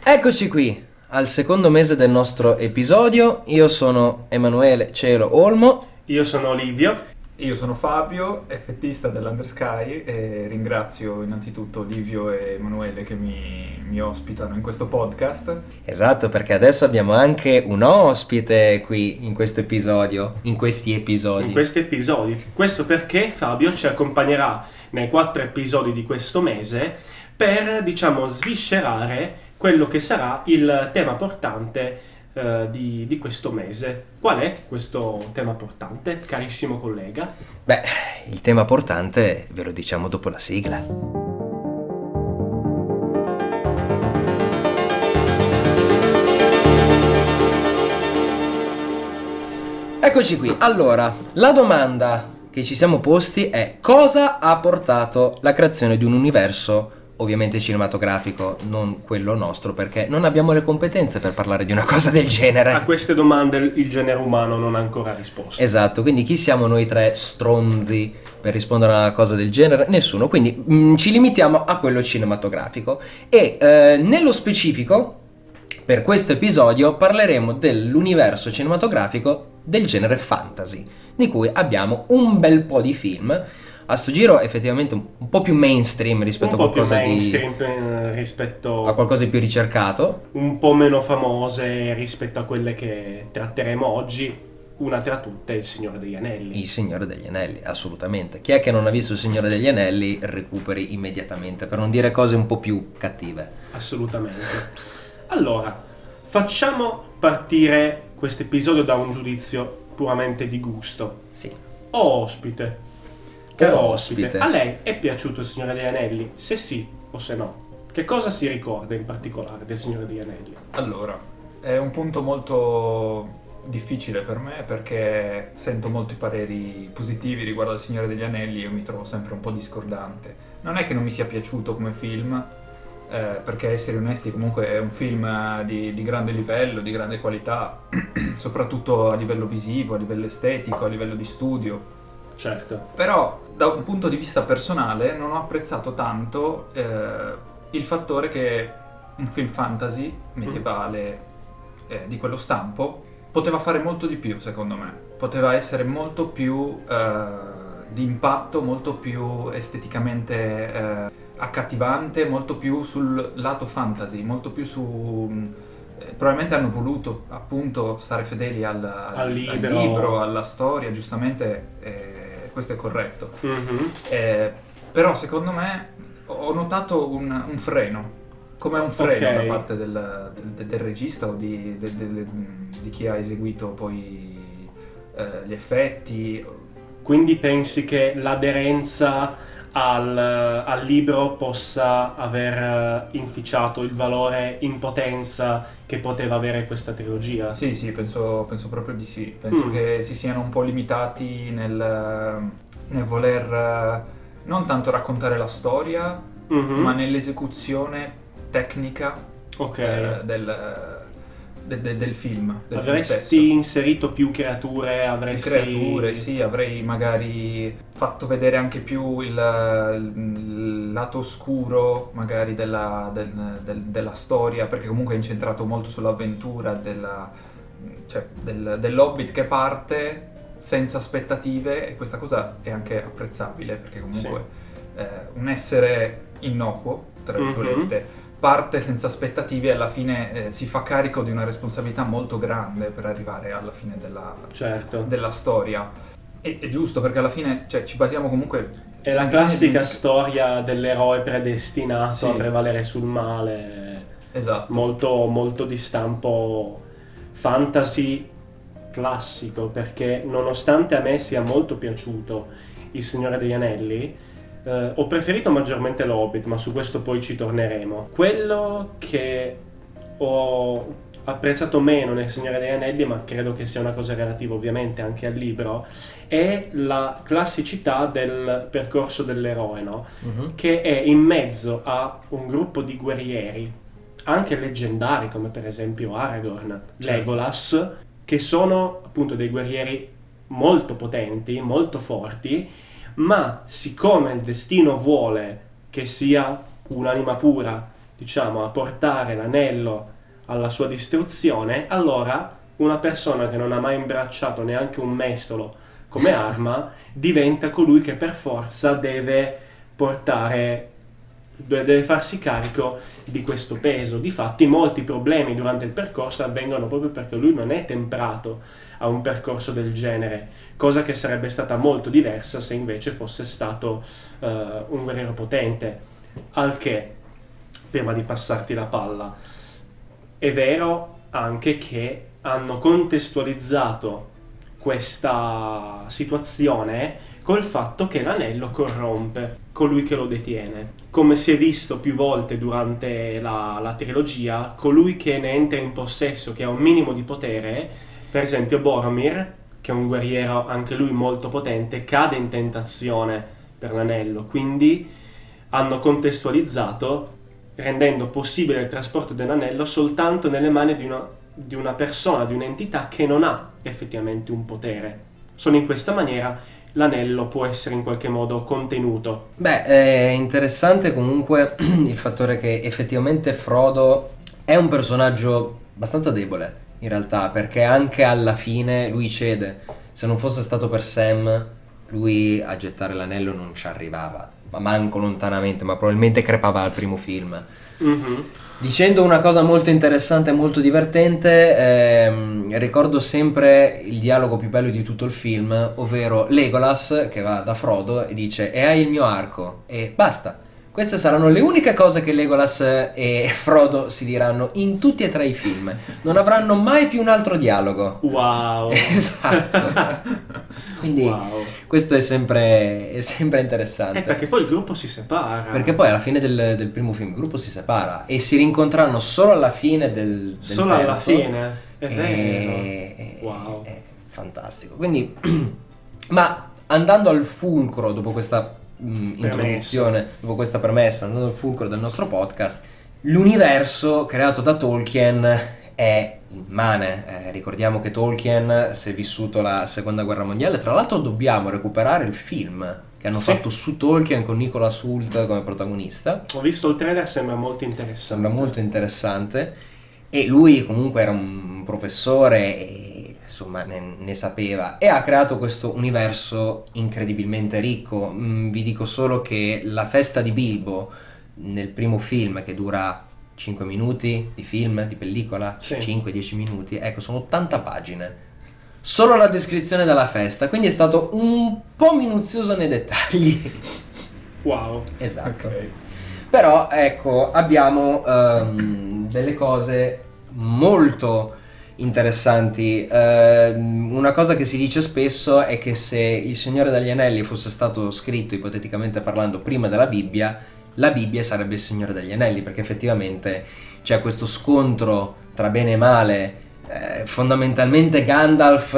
Eccoci qui al secondo mese del nostro episodio. Io sono Emanuele Cielo Olmo. Io sono Olivio. Io sono Fabio, effettista dell'Undersky, e ringrazio innanzitutto Olivio e Emanuele che mi ospitano in questo podcast. Esatto, perché adesso abbiamo anche un ospite qui in questo episodio, in questi episodi. Questo perché Fabio ci accompagnerà nei 4 episodi di questo mese per, sviscerare quello che sarà il tema portante di questo mese. Qual è questo tema portante, carissimo collega? Beh, il tema portante ve lo diciamo dopo la sigla. Eccoci qui. Allora, la domanda che ci siamo posti è: cosa ha portato la creazione di un universo ovviamente cinematografico, non quello nostro, perché non abbiamo le competenze per parlare di una cosa del genere. A queste domande il genere umano non ha ancora risposto. Esatto, quindi chi siamo noi tre stronzi per rispondere a una cosa del genere? Nessuno, quindi ci limitiamo a quello cinematografico e nello specifico per questo episodio parleremo dell'universo cinematografico del genere fantasy, di cui abbiamo un bel po' di film. A sto giro effettivamente un po' più mainstream rispetto a qualcosa rispetto a qualcosa di più ricercato, un po' meno famose rispetto a quelle che tratteremo oggi. Una tra tutte, Il Signore degli Anelli. Il Signore degli Anelli, assolutamente. Chi è che non ha visto Il Signore degli Anelli recuperi immediatamente, per non dire cose un po' più cattive. Assolutamente. Allora, facciamo partire questo episodio da un giudizio puramente di gusto. Sì. Ospite. Ospite. A lei è piaciuto Il Signore degli Anelli? Se sì o se no. Che cosa si ricorda in particolare del Signore degli Anelli? Allora, è un punto molto difficile per me perché sento molti pareri positivi riguardo al Signore degli Anelli e io mi trovo sempre un po' discordante. Non è che non mi sia piaciuto come film, perché essere onesti comunque è un film di grande livello, di grande qualità, soprattutto a livello visivo, a livello estetico, a livello di studio. Certo. Però da un punto di vista personale non ho apprezzato tanto il fattore che un film fantasy medievale di quello stampo poteva fare molto di più, secondo me. Poteva essere molto più di impatto, molto più esteticamente accattivante, molto più sul lato fantasy, molto più su... probabilmente hanno voluto appunto stare fedeli al libro, alla storia, giustamente questo è corretto. Però secondo me ho notato un freno, come un freno da parte del regista o di chi ha eseguito poi gli effetti. Quindi pensi che l'aderenza al libro possa aver inficiato il valore in potenza che poteva avere questa trilogia? Sì, penso proprio di sì. Penso che si siano un po' limitati nel voler non tanto raccontare la storia, ma nell'esecuzione tecnica del film. Avresti inserito più creature? Sì, avrei magari fatto vedere anche più il lato oscuro magari della storia, perché comunque è incentrato molto sull'avventura dell'Hobbit che parte senza aspettative, e questa cosa è anche apprezzabile perché comunque un essere innocuo, tra virgolette, parte senza aspettative e alla fine si fa carico di una responsabilità molto grande per arrivare alla fine della storia. È giusto, perché alla fine ci basiamo comunque... È la classica storia dell'eroe predestinato a prevalere sul male. Esatto. Molto, molto di stampo fantasy classico, perché nonostante a me sia molto piaciuto Il Signore degli Anelli, ho preferito maggiormente l'Hobbit, ma su questo poi ci torneremo. Quello che ho apprezzato meno nel Signore degli Anelli, ma credo che sia una cosa relativa ovviamente anche al libro, è la classicità del percorso dell'eroe, no? Che è in mezzo a un gruppo di guerrieri, anche leggendari come per esempio Aragorn, Legolas, che sono appunto dei guerrieri molto potenti, molto forti, ma siccome il destino vuole che sia un'anima pura diciamo, a portare l'anello alla sua distruzione, allora una persona che non ha mai imbracciato neanche un mestolo come arma diventa colui che per forza deve farsi carico di questo peso. Difatti molti problemi durante il percorso avvengono proprio perché lui non è temprato a un percorso del genere, cosa che sarebbe stata molto diversa se invece fosse stato un guerriero potente. Al che, prima di passarti la palla, è vero anche che hanno contestualizzato questa situazione col fatto che l'anello corrompe colui che lo detiene. Come si è visto più volte durante la trilogia, colui che ne entra in possesso, che ha un minimo di potere, per esempio Boromir, che è un guerriero anche lui molto potente, cade in tentazione per l'anello, quindi hanno contestualizzato rendendo possibile il trasporto dell'anello soltanto nelle mani di una persona, di un'entità che non ha effettivamente un potere. Solo in questa maniera l'anello può essere in qualche modo contenuto. Beh, è interessante comunque il fattore che effettivamente Frodo è un personaggio abbastanza debole in realtà, perché anche alla fine lui cede. Se non fosse stato per Sam, lui a gettare l'anello non ci arrivava, ma manco lontanamente, ma probabilmente crepava al primo film. Mm-hmm. Dicendo una cosa molto interessante e molto divertente, ricordo sempre il dialogo più bello di tutto il film, ovvero Legolas che va da Frodo e dice: e hai il mio arco, e basta. Queste saranno le uniche cose che Legolas e Frodo si diranno in tutti e tre i film. Non avranno mai più un altro dialogo. Wow. Esatto. Quindi wow. Questo è sempre interessante. Perché poi il gruppo si separa. Perché poi alla fine del primo film il gruppo si separa e si rincontrano solo alla fine del solo terzo. Alla fine, è vero. Wow. È fantastico. Quindi, ma andando al fulcro dopo questa introduzione, dopo questa premessa, andando al fulcro del nostro podcast, l'universo creato da Tolkien è immane. Ricordiamo che Tolkien si è vissuto la seconda guerra mondiale. Tra l'altro dobbiamo recuperare il film che hanno fatto su Tolkien con Nicholas Hoult come protagonista. Ho visto il trailer, sembra molto interessante. Sembra molto interessante. E lui comunque era un professore e insomma ne sapeva, e ha creato questo universo incredibilmente ricco. Vi dico solo che la festa di Bilbo nel primo film, che dura 5 minuti di film, di pellicola, sì. 5-10 minuti, ecco, sono 80 pagine. Solo la descrizione della festa, quindi è stato un po' minuzioso nei dettagli. Wow. Esatto. Okay. Però ecco, abbiamo delle cose molto interessanti. Una cosa che si dice spesso è che se Il Signore degli Anelli fosse stato scritto, ipoteticamente parlando, prima della Bibbia, la Bibbia sarebbe Il Signore degli Anelli, perché effettivamente c'è questo scontro tra bene e male. Fondamentalmente Gandalf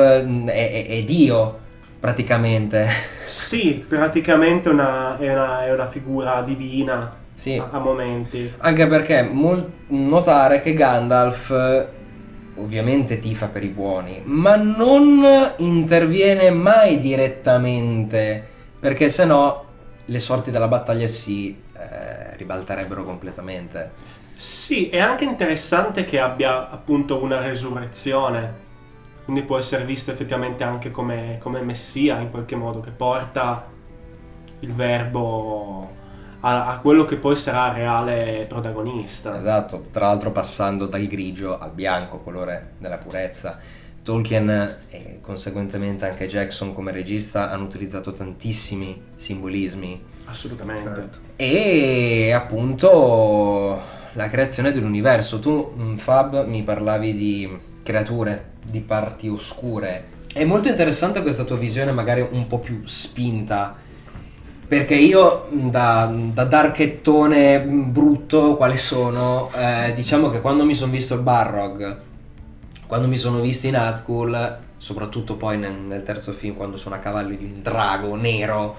è Dio, praticamente. Sì, praticamente è una figura divina. Sì. A momenti. Anche perché notare che Gandalf ovviamente tifa per i buoni, ma non interviene mai direttamente, perché sennò le sorti della battaglia si ribalterebbero completamente. Sì, è anche interessante che abbia appunto una resurrezione, quindi può essere visto effettivamente anche come messia in qualche modo, che porta il verbo a quello che poi sarà il reale protagonista. Esatto, tra l'altro passando dal grigio al bianco, colore della purezza. Tolkien e conseguentemente anche Jackson come regista hanno utilizzato tantissimi simbolismi. Assolutamente. Certo. E appunto la creazione dell'universo. Tu, Fab, mi parlavi di creature, di parti oscure. È molto interessante questa tua visione, magari un po' più spinta, perché io da darkettone brutto quale sono, diciamo che quando mi sono visto il Balrog, quando mi sono visto i Nazgûl, soprattutto poi nel terzo film quando sono a cavallo di un drago nero,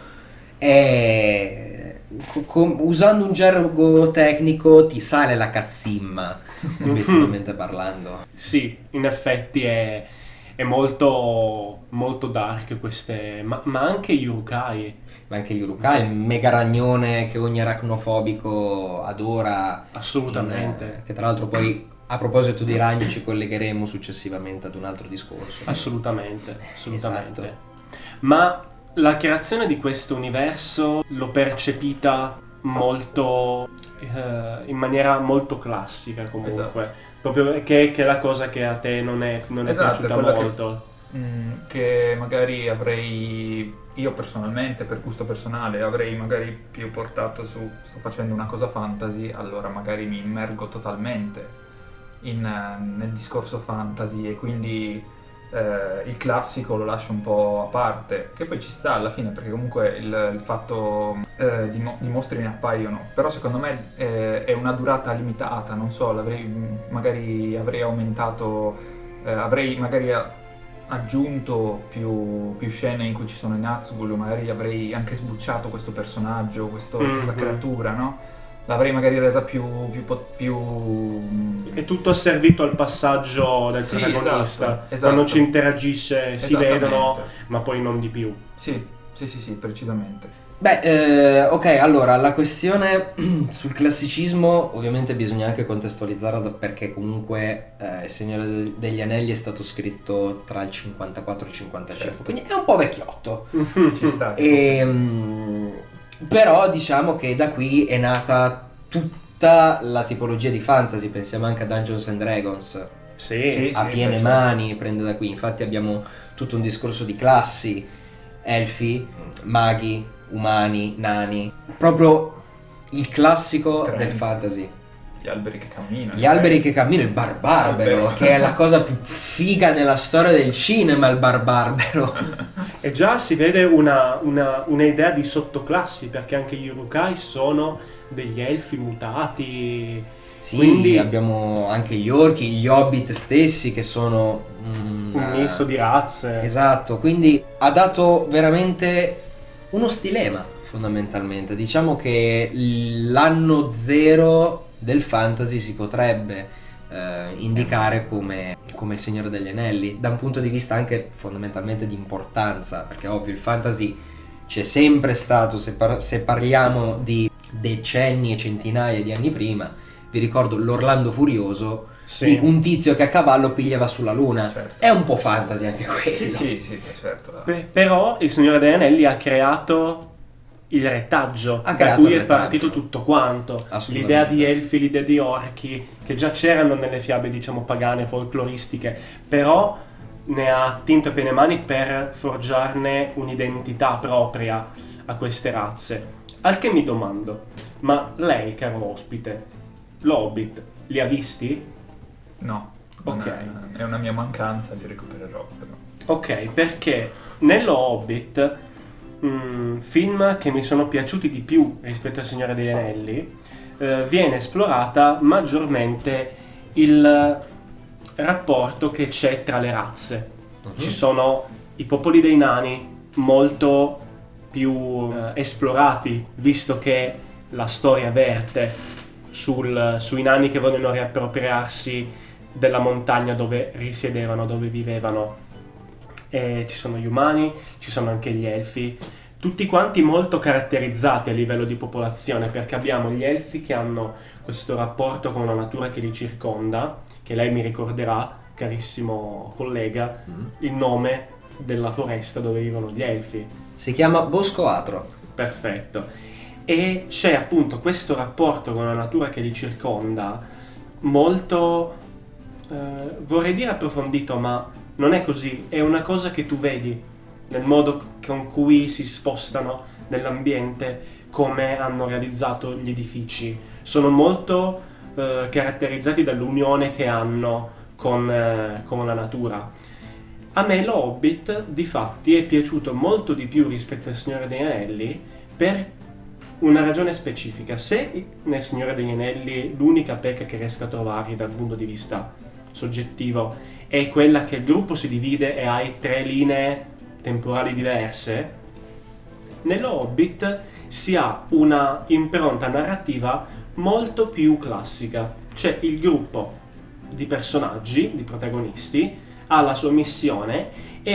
usando un gergo tecnico ti sale la cazzimma, obiettivamente parlando. Sì, in effetti è molto molto dark queste, ma anche gli urukai. ma anche gli urukai, il mega ragnone che ogni aracnofobico adora. Assolutamente. Che tra l'altro poi, a proposito di ragni, ci collegheremo successivamente ad un altro discorso. Assolutamente. Esatto. Ma la creazione di questo universo l'ho percepita molto in maniera molto classica comunque. Esatto. Proprio che è la cosa che a te non è Esatto, piaciuta quella molto. Che magari avrei, io personalmente, per gusto personale, avrei magari più portato su, sto facendo una cosa fantasy, allora magari mi immergo totalmente nel discorso fantasy e quindi il classico lo lascio un po' a parte, che poi ci sta alla fine, perché comunque il fatto di mostri ne appaiono, però secondo me è una durata limitata, non so, magari avrei aumentato, avrei magari aggiunto più scene in cui ci sono i Nazgûl, magari avrei anche sbucciato questo personaggio, questa creatura, no? L'avrei magari resa più È tutto servito al passaggio del Sì, protagonista. esatto. Quando ci interagisce si Esattamente. vedono, ma poi non di più. Sì, precisamente. Beh, ok, allora la questione sul classicismo ovviamente bisogna anche contestualizzarla perché comunque Il Signore degli Anelli è stato scritto tra il 54 e il 55, Certo. quindi è un po' vecchiotto. Ci sta. Però diciamo che da qui è nata tutta la tipologia di fantasy, pensiamo anche a Dungeons and Dragons, Sì. a piene certo. mani, prende da qui, infatti abbiamo tutto un discorso di classi, elfi, maghi, umani, nani, proprio il classico Trent. del fantasy. Gli alberi che camminano. Gli alberi che camminano, il barbarbero, Albero. che è la cosa più figa nella storia del cinema, il barbarbero. E già si vede un'idea di sottoclassi, perché anche gli urukai sono degli elfi mutati. Sì, Quindi abbiamo anche gli orchi, gli hobbit stessi che sono un misto di razze. Esatto, quindi ha dato veramente uno stilema fondamentalmente. Diciamo che l'anno zero del fantasy si potrebbe indicare come il Signore degli Anelli, da un punto di vista anche fondamentalmente di importanza, perché ovvio il fantasy c'è sempre stato, se parliamo di decenni e centinaia di anni prima. Vi ricordo l'Orlando Furioso, Sì. di un tizio che a cavallo piglia va sulla luna. Certo. È un po' fantasy anche quello. Sì, certo. Però il Signore degli Anelli ha creato il retaggio, Ha da creato cui il è retaggio. partito tutto quanto. Assolutamente. L'idea di elfi, l'idea di orchi, che già c'erano nelle fiabe, diciamo, pagane, folcloristiche, però ne ha tinto e mani per forgiarne un'identità propria a queste razze. Al che mi domando, ma lei, caro ospite, l'Hobbit, li ha visti? No. Ok. È una mia mancanza, li recupererò però. Ok, perché nello Hobbit, film che mi sono piaciuti di più rispetto al Signore degli Anelli, viene esplorata maggiormente il rapporto che c'è tra le razze. Ci sono i popoli dei nani molto più esplorati, visto che la storia verte sui nani che vogliono riappropriarsi della montagna dove risiedevano, dove vivevano. E ci sono gli umani, ci sono anche gli elfi, tutti quanti molto caratterizzati a livello di popolazione, perché abbiamo gli elfi che hanno questo rapporto con la natura che li circonda, che lei mi ricorderà, carissimo collega, il nome della foresta dove vivono gli elfi. Si chiama Bosco Atro. Perfetto. E c'è appunto questo rapporto con la natura che li circonda molto, vorrei dire approfondito, ma non è così, è una cosa che tu vedi nel modo con cui si spostano nell'ambiente, come hanno realizzato gli edifici. Sono molto caratterizzati dall'unione che hanno con la natura. A me l'Hobbit difatti è piaciuto molto di più rispetto al Signore degli Anelli per una ragione specifica. Se nel Signore degli Anelli l'unica pecca che riesco a trovare dal punto di vista soggettivo è quella che il gruppo si divide e hai 3 linee temporali diverse, nello Hobbit si ha una impronta narrativa molto più classica. C'è il gruppo di personaggi, di protagonisti, ha la sua missione e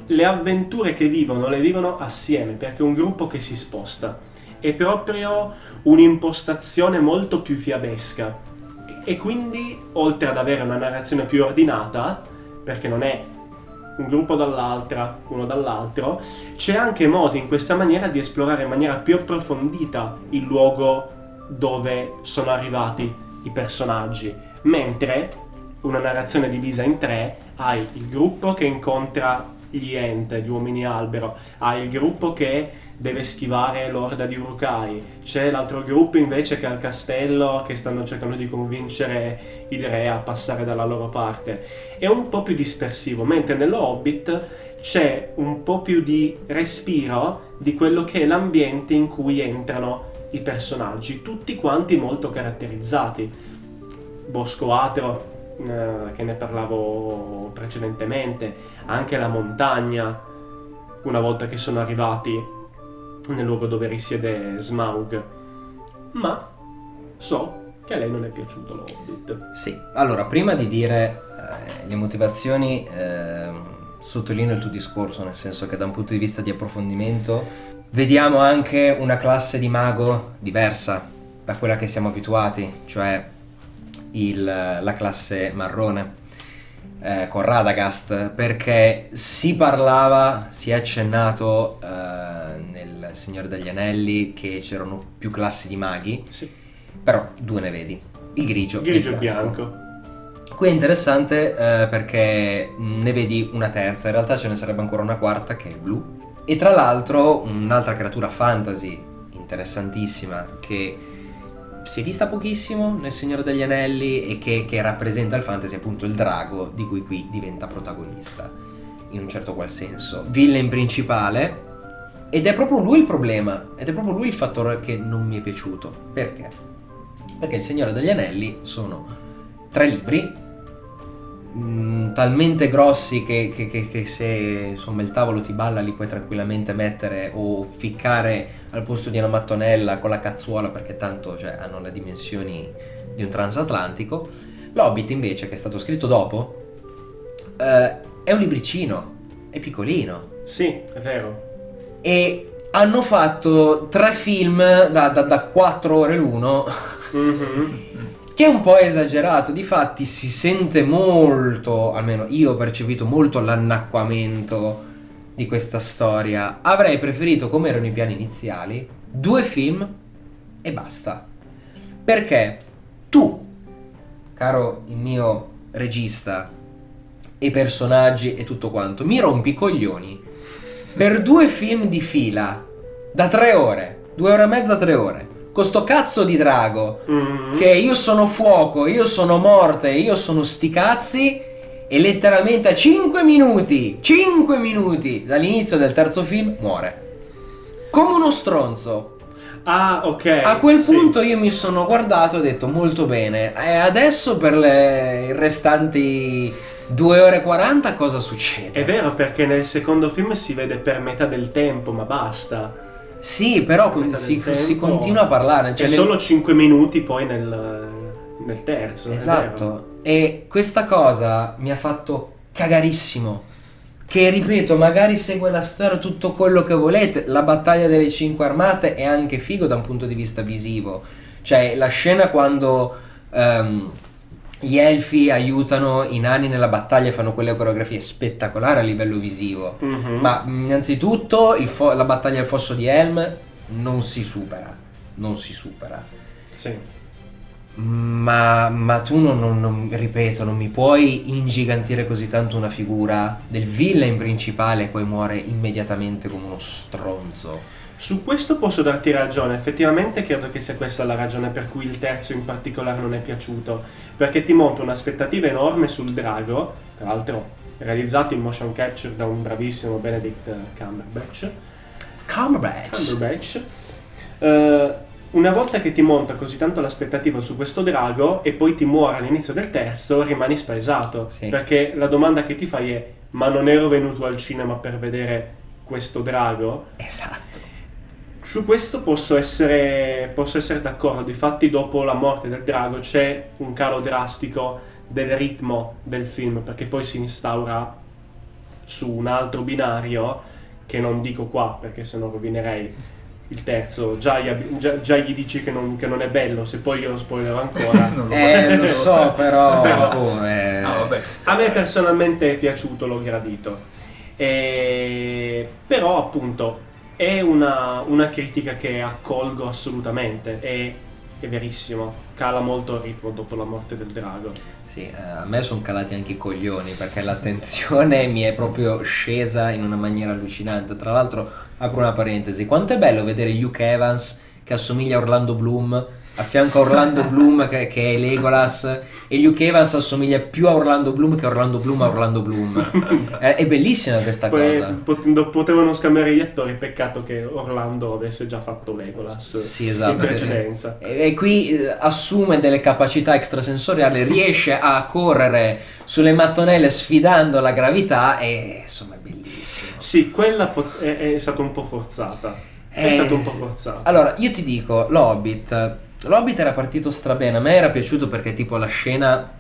le avventure che vivono le vivono assieme, perché è un gruppo che si sposta. È proprio un'impostazione molto più fiabesca. E quindi, oltre ad avere una narrazione più ordinata, perché non è un gruppo dall'altra, uno dall'altro, c'è anche modo in questa maniera di esplorare in maniera più approfondita il luogo dove sono arrivati i personaggi, mentre una narrazione divisa in tre hai il gruppo che incontra gli Ent, gli uomini albero, hai il gruppo che deve schivare l'orda di Uruk-hai, c'è l'altro gruppo invece che è al castello, che stanno cercando di convincere il re a passare dalla loro parte. È un po' più dispersivo, mentre nello Hobbit c'è un po' più di respiro di quello che è l'ambiente in cui entrano i personaggi, tutti quanti molto caratterizzati. Bosco Atro, che ne parlavo precedentemente, anche la montagna, una volta che sono arrivati nel luogo dove risiede Smaug. Ma so che a lei non è piaciuto lo Hobbit. Sì, allora prima di dire le motivazioni, sottolineo il tuo discorso, nel senso che da un punto di vista di approfondimento vediamo anche una classe di mago diversa da quella che siamo abituati, cioè la classe marrone con Radagast, perché si è accennato nel Signore degli Anelli che c'erano più classi di maghi, Sì. però due ne vedi, il grigio E bianco. Qui è interessante perché ne vedi una terza, in realtà ce ne sarebbe ancora una quarta che è il blu, e tra l'altro un'altra creatura fantasy interessantissima che si è vista pochissimo nel Signore degli Anelli e che rappresenta il fantasy, appunto il drago, di cui qui diventa protagonista in un certo qual senso, villain principale, ed è proprio lui il problema, ed è proprio lui il fattore che non mi è piaciuto. Perché? Perché il Signore degli Anelli sono 3 libri talmente grossi che se insomma il tavolo ti balla li puoi tranquillamente mettere o ficcare al posto di una mattonella con la cazzuola, perché tanto hanno le dimensioni di un transatlantico. L'Hobbit invece, che è stato scritto dopo, è un libricino, è piccolino. Sì, è vero. E hanno fatto 3 film da 4 ore l'uno. Mm-hmm. Che è un po' esagerato, difatti si sente molto, almeno io ho percepito molto l'annacquamento di questa storia. Avrei preferito, come erano i piani iniziali, 2 film e basta. Perché tu, caro il mio regista e personaggi e tutto quanto, mi rompi i coglioni per 2 film di fila da 3 ore, 2 ore e mezza, 3 ore. Con sto cazzo di drago, che io sono fuoco, io sono morte, io sono sti cazzi, e letteralmente a 5 minuti dall'inizio del terzo film muore. Come uno stronzo. Ah, ok. A quel punto io mi sono guardato e ho detto molto bene, e adesso per i restanti 2 ore e 40 cosa succede? È vero, perché nel secondo film si vede per metà del tempo, ma basta. Sì, però si continua a parlare. C'è solo 5 minuti poi nel terzo. Esatto. E questa cosa mi ha fatto cagarissimo. Che, ripeto, magari segue la storia, tutto quello che volete. La battaglia delle 5 armate è anche figo da un punto di vista visivo. Cioè, la scena quando gli elfi aiutano i nani nella battaglia e fanno quelle coreografie spettacolari a livello visivo. Mm-hmm. Ma innanzitutto la battaglia al fosso di Helm non si supera. Sì. Ma tu ripeto, non mi puoi ingigantire così tanto una figura del villain principale e poi muore immediatamente come uno stronzo. Su questo posso darti ragione, effettivamente credo che sia questa la ragione per cui il terzo in particolare non è piaciuto, perché ti monta un'aspettativa enorme sul drago, tra l'altro realizzato in motion capture da un bravissimo Benedict Cumberbatch. Una volta che ti monta così tanto l'aspettativa su questo drago e poi ti muore all'inizio del terzo, rimani spaesato, sì. Perché la domanda che ti fai è: ma non ero venuto al cinema per vedere questo drago? Esatto. Su questo posso essere d'accordo. Difatti dopo la morte del drago c'è un calo drastico del ritmo del film, perché poi si instaura su un altro binario, che non dico qua perché sennò rovinerei il terzo. Già gli dici che non è bello, se poi io lo spoilerò ancora. Non lo Lo so, però... No, vabbè, A me personalmente è piaciuto, l'ho gradito. Però appunto è una critica che accolgo assolutamente, è verissimo, cala molto il ritmo dopo la morte del drago. Sì, a me sono calati anche i coglioni perché l'attenzione mi è proprio scesa in una maniera allucinante. Tra l'altro, apro una parentesi, quanto è bello vedere Luke Evans che assomiglia a Orlando Bloom, a fianco a Orlando Bloom che è Legolas, e Luke Evans assomiglia più a Orlando Bloom che Orlando Bloom a Orlando Bloom. È bellissima questa cosa. Potevano scambiare gli attori, peccato che Orlando avesse già fatto Legolas, Sì, esatto, in precedenza. E qui assume delle capacità extrasensoriali, riesce a correre sulle mattonelle sfidando la gravità e insomma è bellissimo. Sì, quella è stata un po' forzata. È stato un po' forzato. Allora, io ti dico, L'Hobbit era partito strabene, a me era piaciuto perché tipo la scena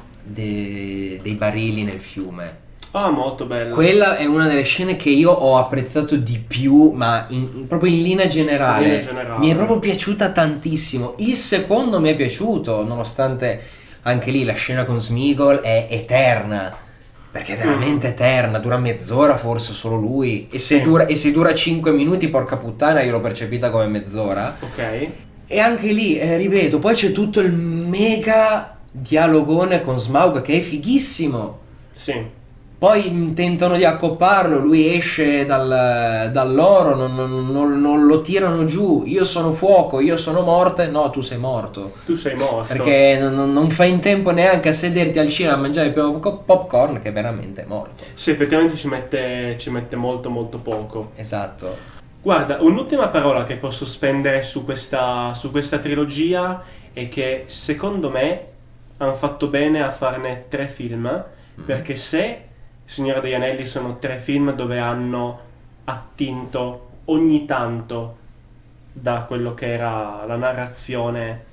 dei barili nel fiume. Ah, molto bello. Quella è una delle scene che io ho apprezzato di più, ma proprio in linea generale. In linea generale. Mi è proprio piaciuta tantissimo. Il secondo mi è piaciuto, nonostante anche lì la scena con Sméagol è eterna. Perché è veramente eterna, dura mezz'ora forse solo lui. E se dura 5 minuti, porca puttana, io l'ho percepita come mezz'ora. Ok. E anche lì, ripeto, poi c'è tutto il mega dialogone con Smaug che è fighissimo. Sì. Poi tentano di accopparlo, lui esce dall'oro, non lo tirano giù. Io sono fuoco, io sono morte. No, tu sei morto. Tu sei morto. Perché non fai in tempo neanche a sederti al cinema a mangiare il primo popcorn, che è veramente morto. Sì, effettivamente ci mette molto molto poco. Esatto. Guarda, un'ultima parola che posso spendere su questa trilogia è che secondo me hanno fatto bene a farne 3 film, perché se Signore degli Anelli sono 3 film dove hanno attinto ogni tanto da quello che era la narrazione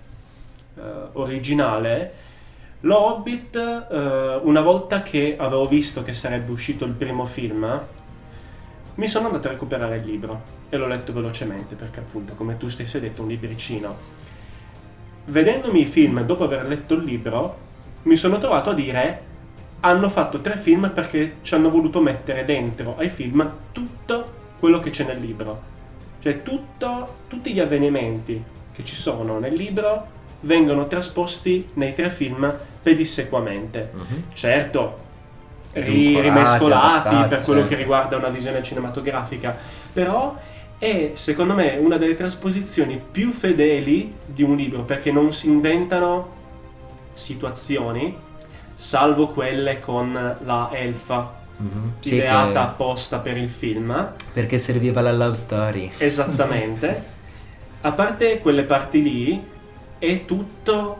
originale, Lo Hobbit, una volta che avevo visto che sarebbe uscito il primo film, mi sono andato a recuperare il libro e l'ho letto velocemente perché appunto, come tu stesso hai detto, è un libricino. Vedendomi i film dopo aver letto il libro, mi sono trovato a dire: hanno fatto 3 film perché ci hanno voluto mettere dentro ai film tutto quello che c'è nel libro. Cioè tutti gli avvenimenti che ci sono nel libro vengono trasposti nei 3 film pedissequamente. Certo, rimescolati adattati, per quello certo, che riguarda una visione cinematografica, però è secondo me una delle trasposizioni più fedeli di un libro, perché non si inventano situazioni, salvo quelle con la elfa Sì, ideata che- apposta per il film. Perché serviva la love story. Esattamente. A parte quelle parti lì, è tutto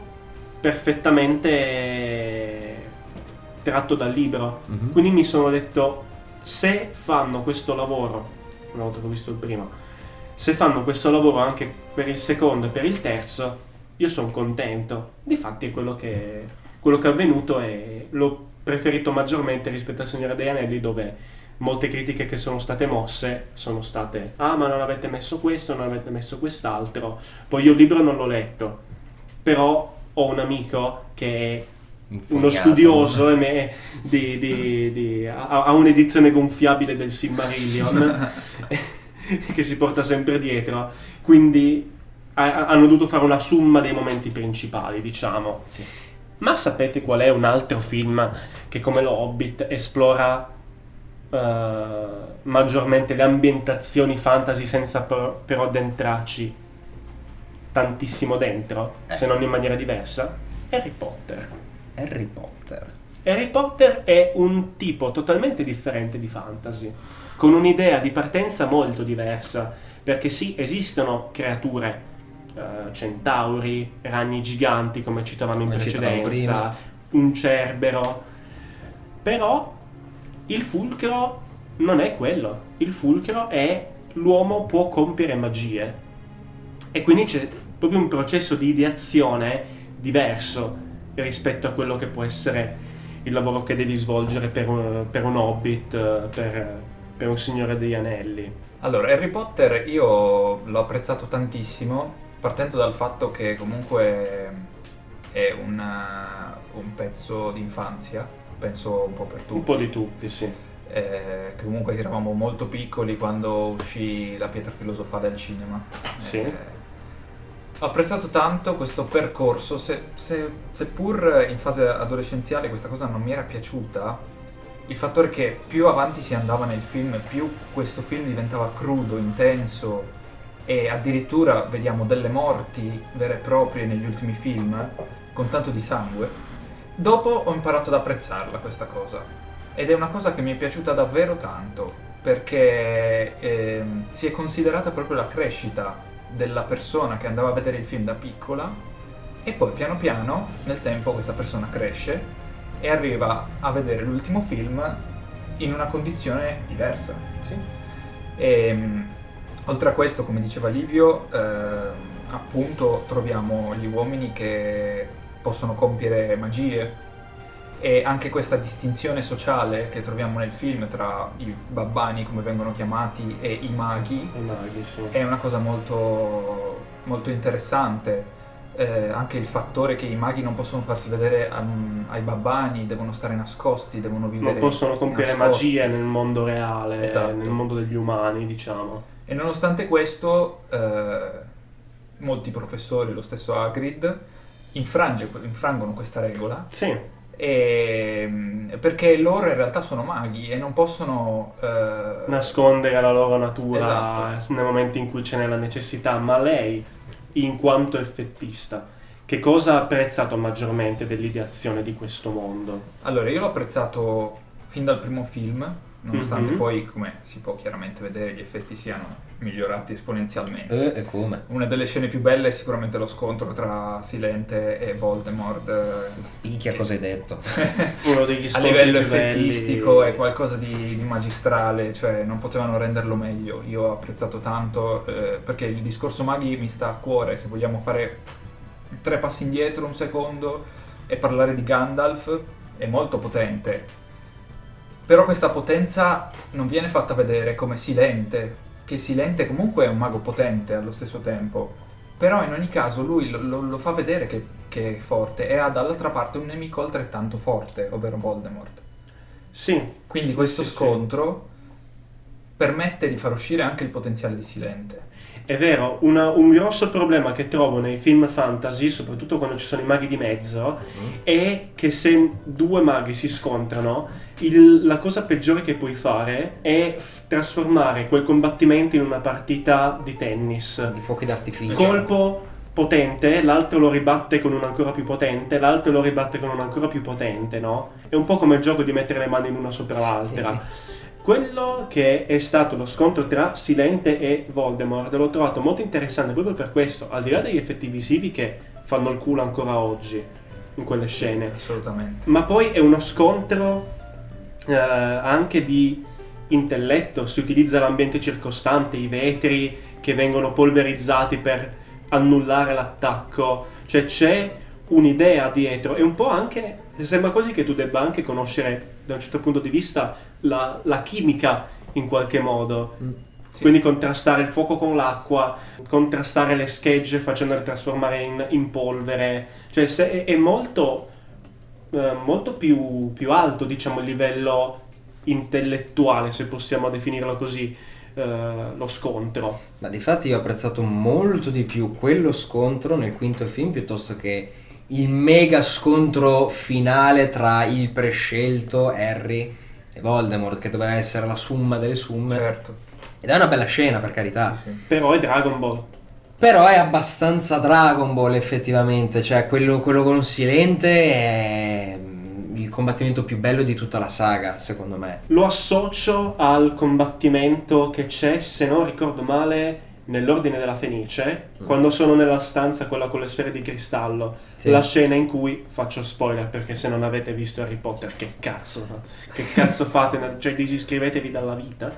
perfettamente tratto dal libro. Quindi mi sono detto, se fanno questo lavoro, una volta che ho visto il primo, se fanno questo lavoro anche per il secondo e per il terzo, io sono contento. Difatti è quello che è avvenuto, e l'ho preferito maggiormente rispetto al Signore degli Anelli, dove molte critiche che sono state mosse sono state: ah, ma non avete messo questo, non avete messo quest'altro. Poi io il libro non l'ho letto, però ho un amico che è uno studioso ha un'edizione gonfiabile del Silmarillion che si porta sempre dietro, quindi hanno dovuto fare una somma dei momenti principali, diciamo. Sì. Ma sapete qual è un altro film che, come lo Hobbit, esplora maggiormente le ambientazioni fantasy senza però addentrarci tantissimo dentro, se non in maniera diversa? Harry Potter. Harry Potter è un tipo totalmente differente di fantasy, con un'idea di partenza molto diversa, perché sì, esistono creature, centauri, ragni giganti come citavamo in precedenza, un cerbero, però il fulcro non è quello. Il fulcro è l'uomo può compiere magie, e quindi c'è proprio un processo di ideazione diverso rispetto a quello che può essere il lavoro che devi svolgere per un Hobbit, per un Signore degli Anelli. Allora, Harry Potter io l'ho apprezzato tantissimo, partendo dal fatto che comunque è un pezzo d'infanzia, penso un po' per tutti. Un po' di tutti, sì. Che comunque eravamo molto piccoli quando uscì La pietra filosofale al cinema. Sì. Ho apprezzato tanto questo percorso, seppur in fase adolescenziale questa cosa non mi era piaciuta, il fattore che più avanti si andava nel film, più questo film diventava crudo, intenso, e addirittura vediamo delle morti vere e proprie negli ultimi film, con tanto di sangue. Dopo ho imparato ad apprezzarla questa cosa, ed è una cosa che mi è piaciuta davvero tanto, perché si è considerata proprio la crescita della persona che andava a vedere il film da piccola, e poi piano piano nel tempo questa persona cresce e arriva a vedere l'ultimo film in una condizione diversa. Sì. E, oltre a questo, come diceva Livio, appunto troviamo gli uomini che possono compiere magie, e anche questa distinzione sociale che troviamo nel film tra i babbani, come vengono chiamati, e i maghi, Sì. è una cosa molto, molto interessante. Anche il fattore che i maghi non possono farsi vedere ai babbani, devono stare nascosti, devono vivere, non possono compiere nascosti. magie nel mondo reale, Esatto. nel mondo degli umani, diciamo. E nonostante questo, molti professori, lo stesso Hagrid, infrangono questa regola, Sì. perché loro in realtà sono maghi e non possono Nascondere la loro natura, Esatto. nel momento in cui ce n'è la necessità. Ma lei, in quanto effettista, che cosa ha apprezzato maggiormente dell'ideazione di questo mondo? Allora, io l'ho apprezzato fin dal primo film, nonostante Mhm. poi, come si può chiaramente vedere, gli effetti siano migliorati esponenzialmente. E come? Una delle scene più belle è sicuramente lo scontro tra Silente e Voldemort. Picchia, cosa hai detto? Uno degli A scontri livello più belli. effettistico è qualcosa di magistrale, cioè non potevano renderlo meglio. Io ho apprezzato tanto, perché il discorso maghi mi sta a cuore. Se vogliamo fare 3 passi indietro, un secondo, e parlare di Gandalf, è molto potente, però questa potenza non viene fatta vedere come Silente, che Silente comunque è un mago potente allo stesso tempo, però in ogni caso lui lo fa vedere che è forte, e ha dall'altra parte un nemico altrettanto forte, ovvero Voldemort. Sì. Quindi Sì, questo sì, scontro permette di far uscire anche il potenziale di Silente. È vero, un grosso problema che trovo nei film fantasy, soprattutto quando ci sono i maghi di mezzo, è che se due maghi si scontrano, la cosa peggiore che puoi fare è trasformare quel combattimento in una partita di tennis. Di fuochi d'artificio. Colpo potente, l'altro lo ribatte con un ancora più potente, l'altro lo ribatte con un ancora più potente, no? È un po' come il gioco di mettere le mani l'una sopra l'altra. Quello che è stato lo scontro tra Silente e Voldemort l'ho trovato molto interessante proprio per questo, al di là degli effetti visivi che fanno il culo ancora oggi in quelle scene, Assolutamente. ma poi è uno scontro anche di intelletto. Si utilizza l'ambiente circostante, i vetri che vengono polverizzati per annullare l'attacco, cioè c'è un'idea dietro, e un po' anche sembra quasi che tu debba anche conoscere da un certo punto di vista la chimica in qualche modo. Sì. Quindi contrastare il fuoco con l'acqua, contrastare le schegge facendole trasformare in polvere, cioè è molto molto più alto, diciamo, il livello intellettuale, se possiamo definirlo così, lo scontro. Ma difatti io ho apprezzato molto di più quello scontro nel quinto film piuttosto che il mega scontro finale tra il prescelto Harry e Voldemort, che doveva essere la summa delle summe. Certo. Ed è una bella scena, per carità. Sì, sì. Però è Dragon Ball. Però è abbastanza Dragon Ball effettivamente, cioè quello con Silente è il combattimento più bello di tutta la saga, secondo me. Lo associo al combattimento che c'è, se non ricordo male, nell'Ordine della Fenice, quando sono nella stanza quella con le sfere di cristallo. Sì. La scena in cui, faccio spoiler perché se non avete visto Harry Potter, che cazzo fate? Cioè disiscrivetevi dalla vita.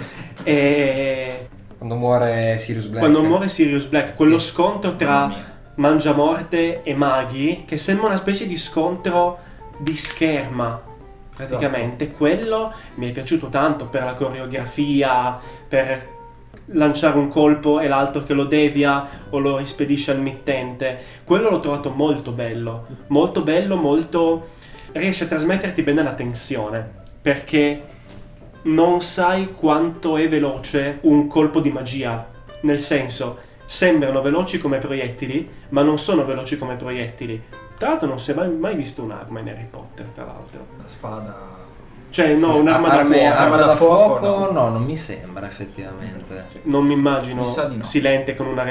E Quando muore Sirius Black. quando muore Sirius Black, quello scontro Mamma tra mia. Mangiamorte e maghi, che sembra una specie di scontro di scherma, praticamente. Quello mi è piaciuto tanto per la coreografia, per lanciare un colpo e l'altro che lo devia o lo rispedisce al mittente. Quello l'ho trovato molto bello, molto riesce a trasmetterti bene la tensione, perché non sai quanto è veloce un colpo di magia, nel senso, sembrano veloci come proiettili, ma non sono veloci come proiettili. Tra l'altro non si è mai visto un'arma in Harry Potter, tra l'altro. La spada... Cioè, no, un'arma da fuoco. Arma da fuoco? no. No, non mi sembra effettivamente. Non mi immagino Mi sa di no. Silente con una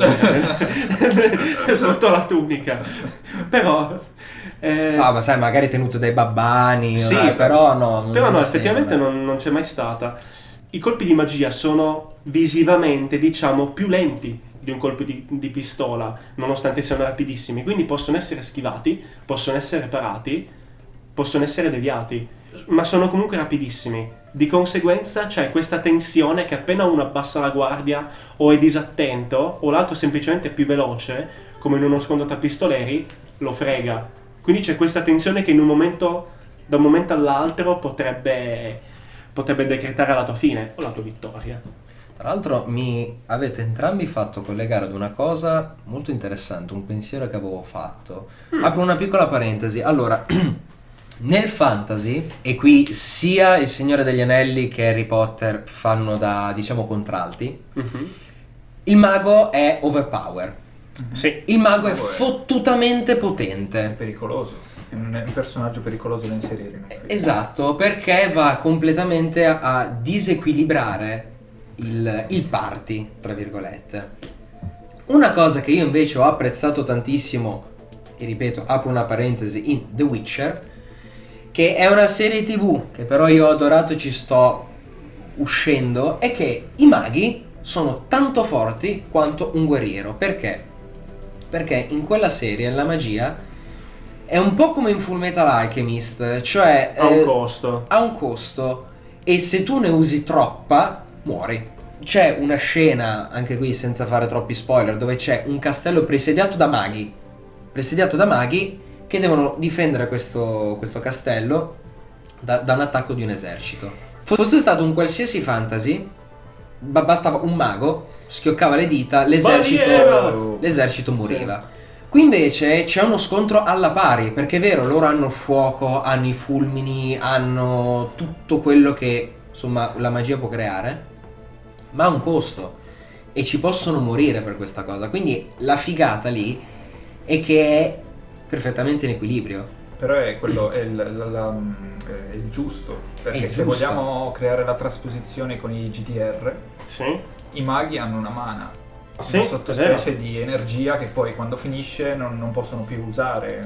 revolver sotto la tunica. Però... ma sai, magari tenuto dai babbani. Sì, però no. Però no, mi effettivamente sembra. non c'è mai stata. I colpi di magia sono visivamente, diciamo, più lenti di un colpo di pistola, nonostante siano rapidissimi. Quindi possono essere schivati, possono essere parati, possono essere deviati, ma sono comunque rapidissimi. Di conseguenza c'è questa tensione che appena uno abbassa la guardia o è disattento o l'altro semplicemente è più veloce, come in uno scontro tra pistoleri, lo frega. Quindi c'è questa tensione che in un momento, da un momento all'altro, potrebbe decretare la tua fine o la tua vittoria. Tra l'altro mi avete entrambi fatto collegare ad una cosa molto interessante, un pensiero che avevo fatto. Apro una piccola parentesi. Allora, nel fantasy, e qui sia Il Signore degli Anelli che Harry Potter fanno da, diciamo, contralti, il mago è overpower. Sì. Il mago è Il mago è- fottutamente È potente. pericoloso. È un personaggio pericoloso da inserire in un film. Esatto, perché va completamente a disequilibrare il party, tra virgolette. Una cosa che io invece ho apprezzato tantissimo, e ripeto, apro una parentesi, in The Witcher, che è una serie TV che però io ho adorato e ci sto uscendo, è che i maghi sono tanto forti quanto un guerriero. Perché? Perché in quella serie la magia è un po' come in Fullmetal Alchemist, cioè Ha un costo. ha un costo, e se tu ne usi troppa muori. C'è una scena, anche qui senza fare troppi spoiler, dove c'è un castello presidiato da maghi che devono difendere questo castello da un attacco di un esercito. Fosse stato un qualsiasi fantasy, bastava un mago, schioccava le dita, Barriera! l'esercito moriva. Qui invece c'è uno scontro alla pari, perché è vero, loro hanno il fuoco, hanno i fulmini, hanno tutto quello che, insomma, la magia può creare, ma ha un costo e ci possono morire per questa cosa. Quindi la figata lì è che è perfettamente in equilibrio. Però è quello, è il giusto, perché se giusto. vogliamo creare la trasposizione con i GDR, Sì. i maghi hanno una mana, Sì, una è sottospecie di energia che poi quando finisce non possono più usare,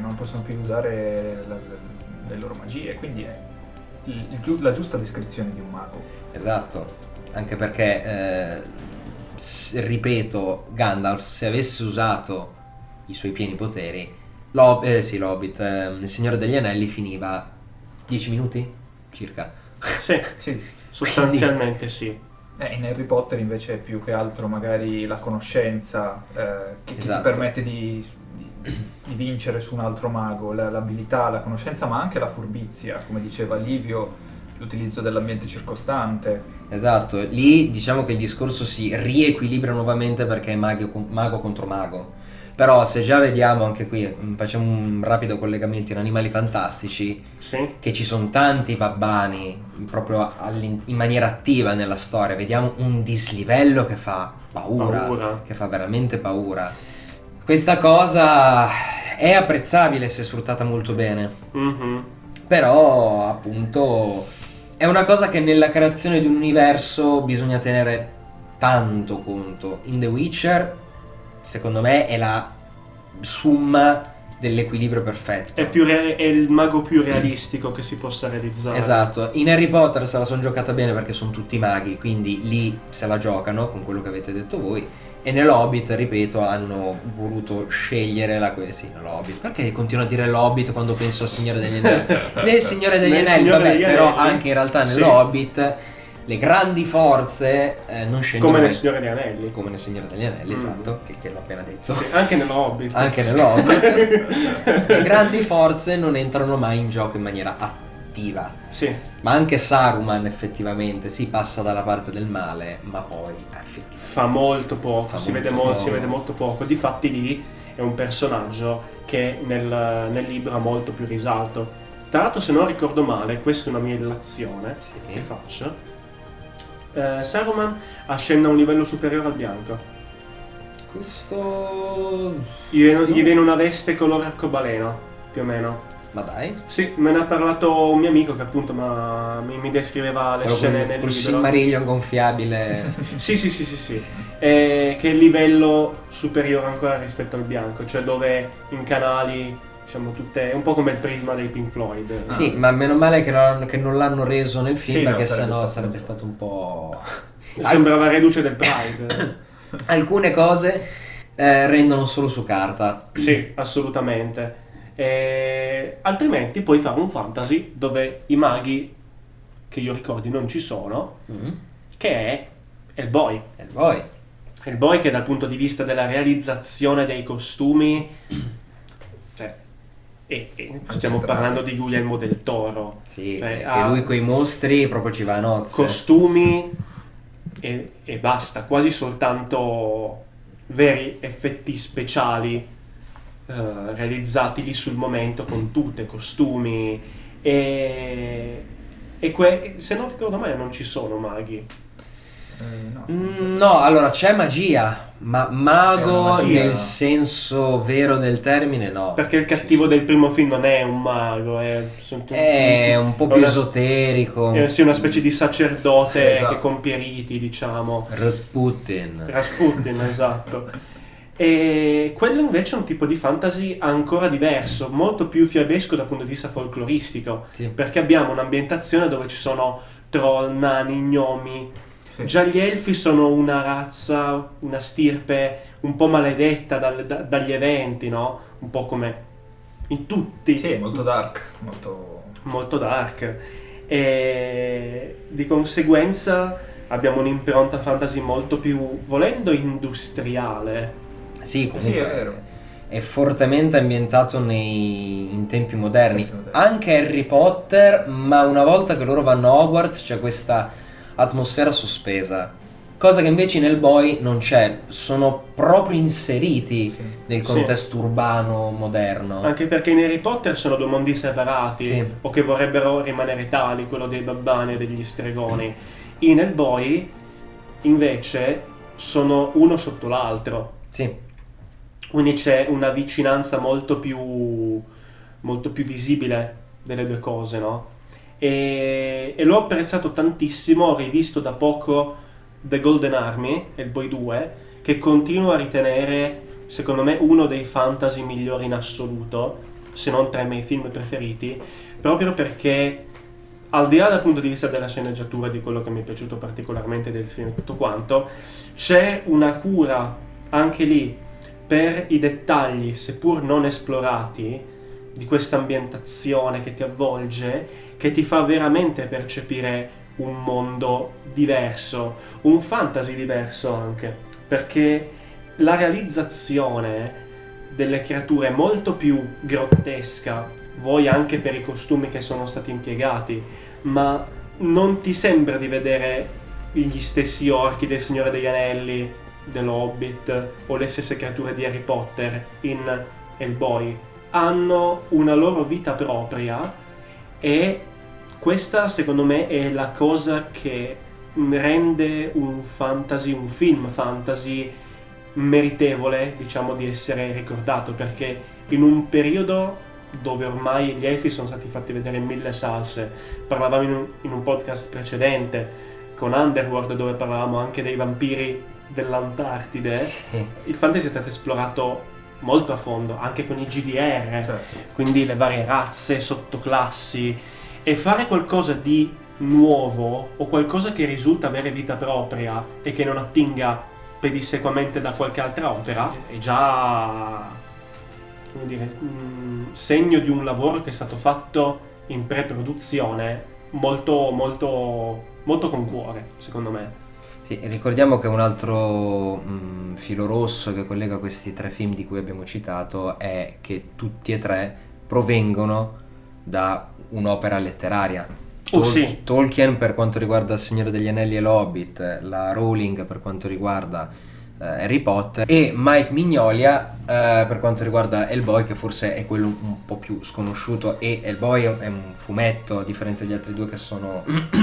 le loro magie, quindi è la giusta descrizione di un mago. Esatto, anche perché, ripeto, Gandalf, se avesse usato i suoi pieni poteri, l'Hobbit, il Signore degli Anelli finiva 10 minuti circa. Sì, Sì. sostanzialmente sì. In Harry Potter invece è più che altro magari la conoscenza che Esatto. ti permette di vincere su un altro mago, l'abilità, la conoscenza, ma anche la furbizia, come diceva Livio, l'utilizzo dell'ambiente circostante. Esatto, lì diciamo che il discorso si riequilibra nuovamente perché è mago contro mago. Però se già vediamo anche qui, facciamo un rapido collegamento in Animali Fantastici, Sì. che ci sono tanti babbani proprio in maniera attiva nella storia, vediamo un dislivello che fa paura, che fa veramente paura. Questa cosa è apprezzabile se sfruttata molto bene, Mhm. però appunto è una cosa che nella creazione di un universo bisogna tenere tanto conto. In The Witcher, secondo me, è la summa dell'equilibrio perfetto. È il mago più realistico che si possa realizzare. Esatto. In Harry Potter se la sono giocata bene perché sono tutti maghi, quindi lì se la giocano con quello che avete detto voi. E nell'Hobbit, ripeto, hanno voluto scegliere nell'Hobbit. Perché continuo a dire l'Hobbit quando penso al Signore degli Anelli? Nel Signore degli Nel Anelli, Signore vabbè, degli però Anelli. anche in realtà Sì. nell'Hobbit le grandi forze non scendono Come mai. nel Signore degli Anelli. Come nel Signore degli Anelli, esatto, che l'ho appena detto. Sì, anche nell'Hobbit. Anche nell'Hobbit. Le grandi forze non entrano mai in gioco in maniera attiva. Sì. Ma anche Saruman effettivamente si passa dalla parte del male, ma poi effettivamente Fa molto poco, si vede poco. molto poco. Difatti lì è un personaggio che nel libro ha molto più risalto. Tra l'altro, se non ricordo male, questa è una mia illazione Sì. che faccio. Saruman ascende a un livello superiore al bianco. Questo... Gli viene una veste color arcobaleno, più o meno. Ma dai. Sì, me ne ha parlato un mio amico che appunto mi descriveva le scene nel Col libro. Silmarillion gonfiabile. Sì. Che è il livello superiore ancora rispetto al bianco, cioè dove incanali, diciamo, tutte... È un po' come il prisma dei Pink Floyd. Sì, ma meno male che non l'hanno reso nel film, Sì, no, perché sarebbe sennò stato- sarebbe stato un po'... Sembrava reduce del Pride. Alcune cose rendono solo su carta. Sì, assolutamente. Altrimenti puoi fare un fantasy dove i maghi, che io ricordi non ci sono, che è Hellboy. E poi... Hellboy che dal punto di vista della realizzazione dei costumi, cioè, e stiamo parlando di Guillermo del Toro. Sì, Cioè, che ha lui coi mostri proprio ci va a nozze. costumi e basta, quasi soltanto veri effetti speciali realizzati lì sul momento con tutte, costumi e se non ricordo male non ci sono maghi. No. No, allora c'è magia, ma mago Sì, nel magia. senso vero del termine no. Perché il cattivo del primo film non è un mago, è È un po' più esoterico. Sì, una specie di sacerdote Sì, esatto. che compie riti, diciamo. Rasputin. Rasputin, esatto. E quello invece è un tipo di fantasy ancora diverso, molto più fiabesco dal punto di vista folcloristico, Sì. perché abbiamo un'ambientazione dove ci sono troll, nani, gnomi. Sì. Già gli elfi sono una razza, una stirpe un po' maledetta dagli eventi, no? Un po' come in tutti. Sì, molto dark, Molto dark. E di conseguenza abbiamo un'impronta fantasy molto più, volendo, industriale. Sì, comunque Sì, è vero. è fortemente ambientato in tempi moderni. Tempi moderni. Anche Harry Potter, ma una volta che loro vanno a Hogwarts c'è questa atmosfera sospesa. Cosa che invece in Hellboy non c'è, sono proprio inseriti Sì. nel Sì. contesto urbano moderno. Anche perché in Harry Potter sono due mondi separati, Sì. o che vorrebbero rimanere tali, quello dei babbani e degli stregoni. In Hellboy invece sono uno sotto l'altro. Sì. Quindi c'è una vicinanza molto più visibile delle due cose, no? E l'ho apprezzato tantissimo, ho rivisto da poco The Golden Army, Hellboy 2, che continuo a ritenere, secondo me, uno dei fantasy migliori in assoluto, se non tra i miei film preferiti, proprio perché, al di là dal punto di vista della sceneggiatura, di quello che mi è piaciuto particolarmente del film e tutto quanto, c'è una cura anche lì per i dettagli, seppur non esplorati, di questa ambientazione che ti avvolge, che ti fa veramente percepire un mondo diverso, un fantasy diverso anche, perché la realizzazione delle creature è molto più grottesca, vuoi anche per i costumi che sono stati impiegati, ma non ti sembra di vedere gli stessi orchi del Signore degli Anelli, dell'Hobbit o le stesse creature di Harry Potter in Hellboy. Hanno una loro vita propria e questa secondo me è la cosa che rende un film fantasy meritevole, diciamo, di essere ricordato, perché in un periodo dove ormai gli elfi sono stati fatti vedere in mille salse, parlavamo in un podcast precedente con Underworld dove parlavamo anche dei vampiri dell'Antartide, Sì. il fantasy è stato esplorato molto a fondo, anche con i GDR, Certo. quindi le varie razze, sottoclassi, e fare qualcosa di nuovo o qualcosa che risulta avere vita propria e che non attinga pedissequamente da qualche altra opera è già, come dire, segno di un lavoro che è stato fatto in pre-produzione molto, molto, molto con cuore, secondo me. Sì, ricordiamo che un altro filo rosso che collega questi 3 film di cui abbiamo citato è che tutti e 3 provengono da un'opera letteraria. Sì. Tolkien per quanto riguarda Il Signore degli Anelli e l'Hobbit, la Rowling per quanto riguarda Harry Potter, e Mike Mignola per quanto riguarda Hellboy, che forse è quello un po' più sconosciuto, e Hellboy è un fumetto a differenza degli altri 2 che sono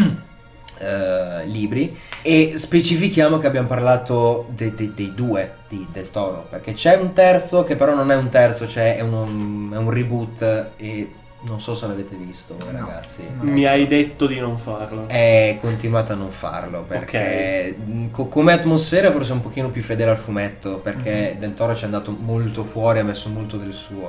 libri. E specifichiamo che abbiamo parlato dei 2 del Toro, perché c'è un terzo che però non è un terzo, cioè è un reboot, e non so se l'avete visto voi, No. ragazzi. Mi hai detto di non farlo. È continuato a non farlo perché come atmosfera forse è un pochino più fedele al fumetto, perché Del Toro ci è andato molto fuori, ha messo molto del suo,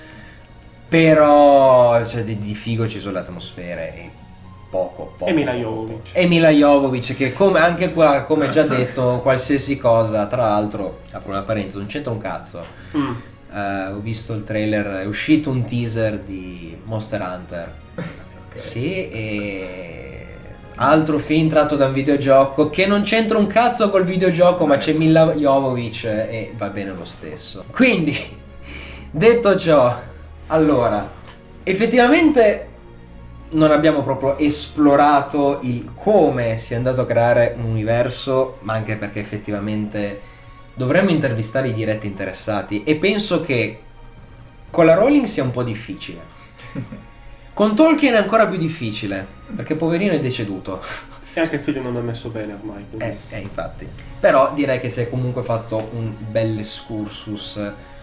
però cioè, di figo ci sono le atmosfere e poco. E Mila Jovovich. E Mila Jovovich, che come anche qua, come già detto, qualsiasi cosa, tra l'altro, apro una parentesi, non c'entra un cazzo. Ho visto il trailer, è uscito un teaser di Monster Hunter. Sì, e altro film tratto da un videogioco che non c'entra un cazzo col videogioco, ma c'è Mila Jovovich e va bene lo stesso. Quindi, detto ciò, allora, effettivamente non abbiamo proprio esplorato il come si è andato a creare un universo, ma anche perché effettivamente dovremmo intervistare i diretti interessati, e penso che con la Rowling sia un po' difficile. Con Tolkien è ancora più difficile, perché poverino è deceduto. E anche il figlio non è messo bene ormai. Quindi. Infatti. Però direi che si è comunque fatto un bel excursus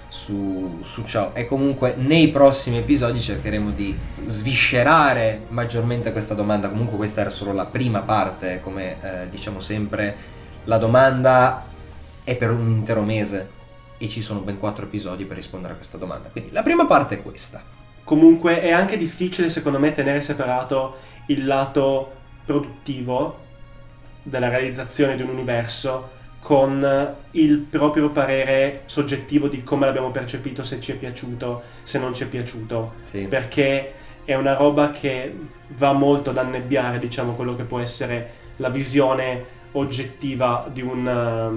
su ciò, e comunque nei prossimi episodi cercheremo di sviscerare maggiormente questa domanda. Comunque questa era solo la prima parte, come diciamo sempre, la domanda è per un intero mese e ci sono ben 4 episodi per rispondere a questa domanda, quindi la prima parte è questa. Comunque è anche difficile secondo me tenere separato il lato produttivo della realizzazione di un universo con il proprio parere soggettivo di come l'abbiamo percepito, se ci è piaciuto, se non ci è piaciuto, Sì. perché è una roba che va molto ad annebbiare, diciamo, quello che può essere la visione oggettiva di una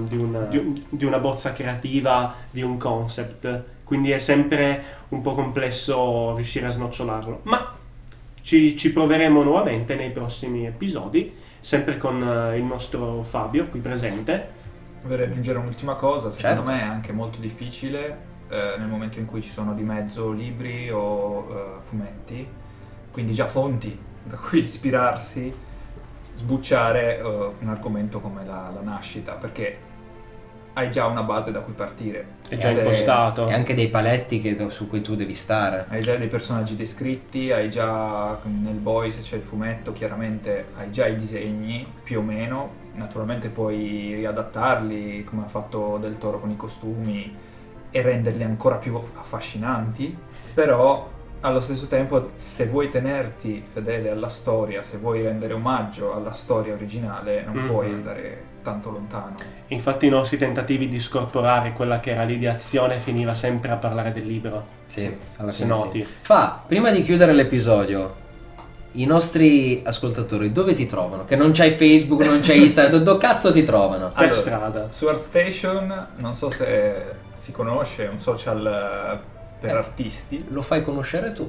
bozza creativa, di un concept. Quindi è sempre un po' complesso riuscire a snocciolarlo, ma ci proveremo nuovamente nei prossimi episodi, sempre con il nostro Fabio qui presente. Vorrei aggiungere un'ultima cosa, secondo Certo. me è anche molto difficile nel momento in cui ci sono di mezzo libri o fumetti, quindi già fonti da cui ispirarsi, sbucciare un argomento come la nascita, perché hai già una base da cui partire. È già Se- impostato. E anche dei paletti su cui tu devi stare. Hai già dei personaggi descritti, hai già nel boy, se c'è il fumetto, chiaramente hai già i disegni, più o meno. Naturalmente puoi riadattarli, come ha fatto Del Toro con i costumi, e renderli ancora più affascinanti. Però allo stesso tempo, se vuoi tenerti fedele alla storia, se vuoi rendere omaggio alla storia originale, non puoi andare tanto lontano. Infatti i nostri tentativi di scorporare quella che era l'ideazione finiva sempre a parlare del libro. Sì, alla Se fine noti. sì. Prima di chiudere l'episodio, i nostri ascoltatori dove ti trovano? Che non c'hai Facebook, non c'hai Instagram, dove cazzo ti trovano? Per strada. Su ArtStation, non so se si conosce, è un social per artisti. Lo fai conoscere tu.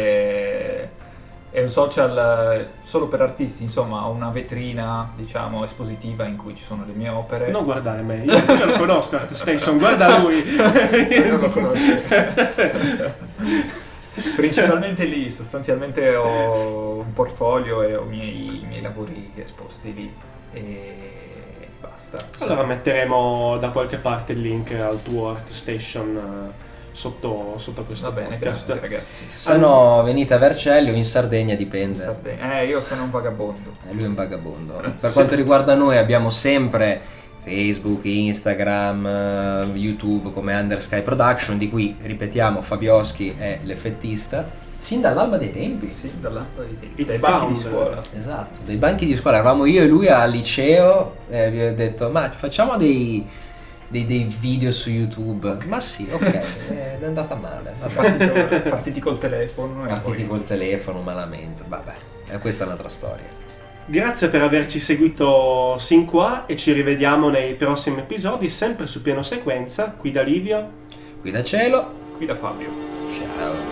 È un social solo per artisti, insomma, ho una vetrina, diciamo, espositiva in cui ci sono le mie opere. Non guardare me, io lo conosco ArtStation, guarda lui. Non lo conosce. Principalmente lì, sostanzialmente ho un portfolio e ho i miei lavori esposti lì e basta. Allora metteremo da qualche parte il link al tuo ArtStation sotto questo Va bene, podcast. grazie ragazzi. Se no venite a Vercelli o in Sardegna, In dipende. Sardegna. Io sono un vagabondo. Lui è un vagabondo. Per quanto riguarda noi abbiamo sempre Facebook, Instagram, YouTube come Undersky Production, di cui, ripetiamo, Fabioschi è l'effettista sin dall'alba dei tempi. Sì, dall'alba dei tempi. Il Dai banchi di founder. scuola. Esatto, dei banchi di scuola. Eravamo io e lui al liceo e abbiamo detto ma facciamo dei video su YouTube. Ma sì, ok. è andata male. Vabbè. Partiti col telefono. Partiti col telefono malamente. Vabbè, questa è un'altra storia. Grazie per averci seguito sin qua e ci rivediamo nei prossimi episodi, sempre su Piano Sequenza. Qui da Livio. Qui da Cielo. Qui da Fabio. Ciao.